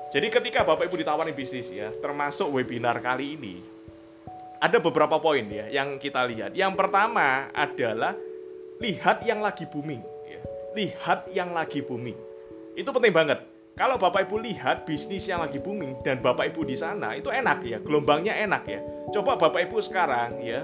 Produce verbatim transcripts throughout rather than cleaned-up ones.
Jadi ketika Bapak Ibu ditawarin bisnis ya, termasuk webinar kali ini, ada beberapa poin ya yang kita lihat. Yang pertama adalah lihat yang lagi booming ya. Lihat yang lagi booming. Itu penting banget. Kalau Bapak Ibu lihat bisnis yang lagi booming dan Bapak Ibu di sana, itu enak ya, gelombangnya enak ya. Coba Bapak Ibu sekarang ya,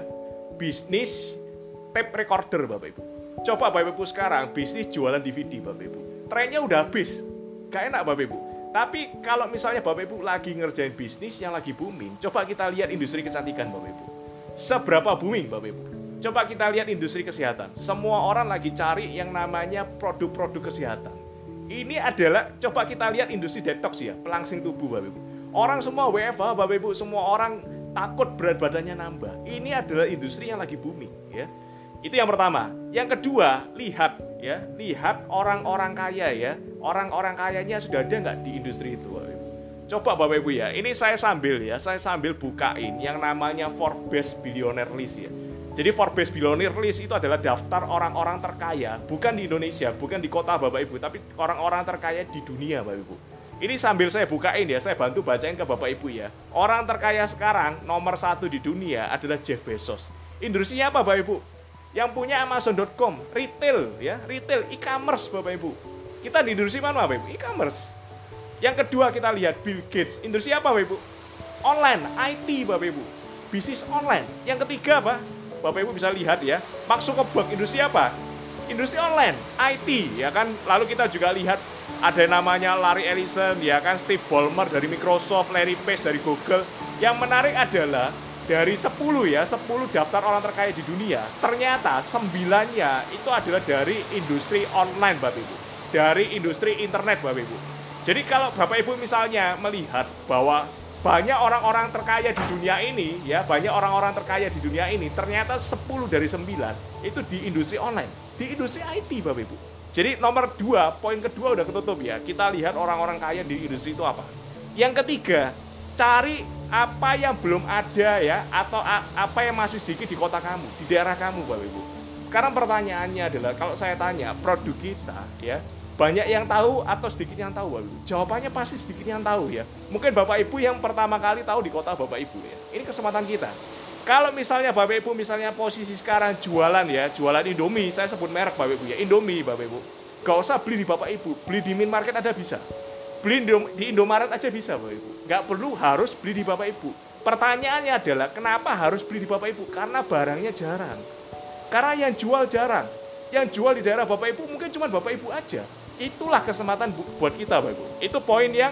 bisnis tape recorder Bapak Ibu. Coba Bapak Ibu sekarang bisnis jualan D V D Bapak Ibu. Trennya udah habis. Gak enak Bapak Ibu. Tapi kalau misalnya Bapak Ibu lagi ngerjain bisnis yang lagi booming, coba kita lihat industri kecantikan Bapak Ibu. Seberapa booming Bapak Ibu? Coba kita lihat industri kesehatan. Semua orang lagi cari yang namanya produk-produk kesehatan. Ini adalah, coba kita lihat industri detox ya, pelangsing tubuh Bapak Ibu. Orang semua W F H Bapak Ibu, semua orang takut berat badannya nambah. Ini adalah industri yang lagi booming ya. Itu yang pertama. Yang kedua, lihat ya, lihat orang-orang kaya ya. Orang-orang kayanya sudah ada nggak di industri itu Bapak Ibu? Coba Bapak Ibu ya, ini saya sambil ya, saya sambil bukain yang namanya Forbes Billionaire List ya. Jadi Forbes Billionaire List itu adalah daftar orang-orang terkaya, bukan di Indonesia, bukan di kota Bapak Ibu, tapi orang-orang terkaya di dunia Bapak Ibu. Ini sambil saya bukain ya, saya bantu bacain ke Bapak Ibu ya. Orang terkaya sekarang nomor satu di dunia adalah Jeff Bezos. Industrinya apa Bapak Ibu? Yang punya Amazon dot com, retail ya, retail, e-commerce Bapak Ibu. Kita di industri mana Bapak Ibu? E-commerce. Yang kedua kita lihat Bill Gates, industri apa Bapak Ibu? Online, I T Bapak Ibu, bisnis online. Yang ketiga apa? Bapak Ibu bisa lihat ya, Mark Zuckerberg, industri apa? Industri online, I T ya kan. Lalu kita juga lihat ada namanya Larry Ellison ya kan, Steve Ballmer dari Microsoft, Larry Page dari Google. Yang menarik adalah dari sepuluh ya, sepuluh daftar orang terkaya di dunia, ternyata sembilannya itu adalah dari industri online Bapak Ibu. Dari industri internet Bapak Ibu. Jadi kalau Bapak Ibu misalnya melihat bahwa banyak orang-orang terkaya di dunia ini ya, banyak orang-orang terkaya di dunia ini, ternyata sepuluh dari sembilan itu di industri online, di industri I T Bapak Ibu. Jadi nomor dua, poin kedua udah ketutup ya. Kita lihat orang-orang kaya di industri itu apa. Yang ketiga, cari apa yang belum ada ya, atau apa yang masih sedikit di kota kamu, di daerah kamu Bapak Ibu. Sekarang pertanyaannya adalah, kalau saya tanya produk kita ya, banyak yang tahu atau sedikit yang tahu Bapak Ibu? Jawabannya pasti sedikit yang tahu ya. Mungkin Bapak Ibu yang pertama kali tahu di kota Bapak Ibu ya. Ini kesempatan kita. Kalau misalnya Bapak Ibu misalnya posisi sekarang jualan ya, jualan Indomie, saya sebut merek Bapak Ibu ya, Indomie Bapak Ibu. Gak usah beli di Bapak Ibu, beli di minimarket ada bisa. Beli di Indomaret aja bisa Bapak Ibu. Gak perlu harus beli di Bapak Ibu. Pertanyaannya adalah, kenapa harus beli di Bapak Ibu? Karena barangnya jarang. Karena yang jual jarang. Yang jual di daerah Bapak Ibu mungkin cuma Bapak Ibu aja. Itulah kesempatan buat kita Bapak Ibu. Itu poin yang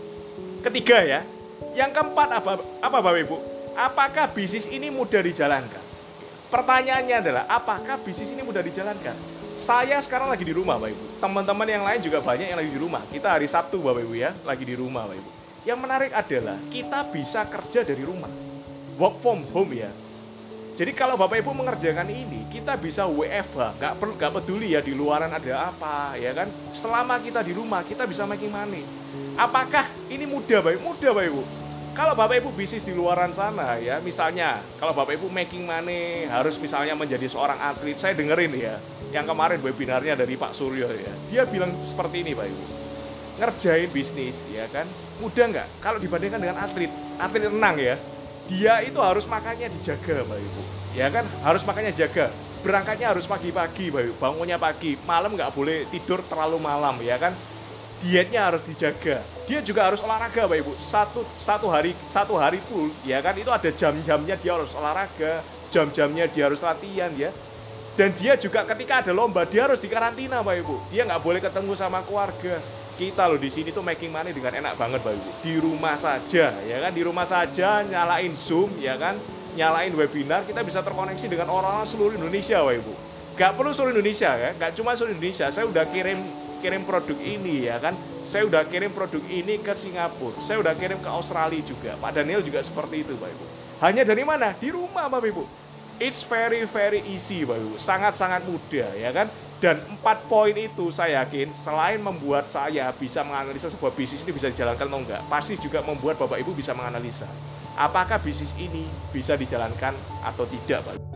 ketiga ya. Yang keempat apa, apa Bapak Ibu? Apakah bisnis ini mudah dijalankan? Pertanyaannya adalah, apakah bisnis ini mudah dijalankan? Saya sekarang lagi di rumah Bapak Ibu. Teman-teman yang lain juga banyak yang lagi di rumah. Kita hari Sabtu Bapak Ibu ya, lagi di rumah Bapak Ibu. Yang menarik adalah kita bisa kerja dari rumah. Work from home ya. Jadi kalau Bapak Ibu mengerjakan ini, kita bisa W F H, nggak perlu, nggak peduli ya di luaran ada apa, ya kan? Selama kita di rumah, kita bisa making money. Apakah ini mudah Bapak Ibu? Mudah Bapak Ibu. Kalau Bapak Ibu bisnis di luaran sana ya, misalnya kalau Bapak Ibu making money harus misalnya menjadi seorang atlet, saya dengerin ya, yang kemarin webinarnya dari Pak Suryo ya, dia bilang seperti ini Bapak Ibu. Ngerjain bisnis ya kan, mudah nggak? Kalau dibandingkan dengan atlet, atlet renang ya, dia itu harus makannya dijaga Bapak Ibu. Ya kan, harus makannya jaga. Berangkatnya harus pagi-pagi Bapak Ibu, bangunnya pagi, malam nggak boleh tidur terlalu malam ya kan. Dietnya harus dijaga. Dia juga harus olahraga Bapak Ibu. Satu satu hari satu hari full ya kan, itu ada jam-jamnya dia harus olahraga, jam-jamnya dia harus latihan ya. Dan dia juga ketika ada lomba dia harus dikarantina Bapak Ibu. Dia nggak boleh ketemu sama keluarga. Kita loh di sini tuh making money dengan enak banget Bapak Ibu. Di rumah saja ya kan, di rumah saja nyalain Zoom ya kan, nyalain webinar, kita bisa terkoneksi dengan orang-orang seluruh Indonesia Bapak Ibu. Gak perlu seluruh Indonesia ya, gak cuma seluruh Indonesia. Saya udah kirim kirim produk ini ya kan. Saya udah kirim produk ini ke Singapura. Saya udah kirim ke Australia juga. Pak Daniel juga seperti itu Bapak Ibu. Hanya dari mana? Di rumah Bapak Ibu. It's very very easy Bapak Ibu. Sangat-sangat mudah ya kan. Dan empat poin itu saya yakin selain membuat saya bisa menganalisa sebuah bisnis ini bisa dijalankan atau enggak, pasti juga membuat Bapak Ibu bisa menganalisa apakah bisnis ini bisa dijalankan atau tidak Pak.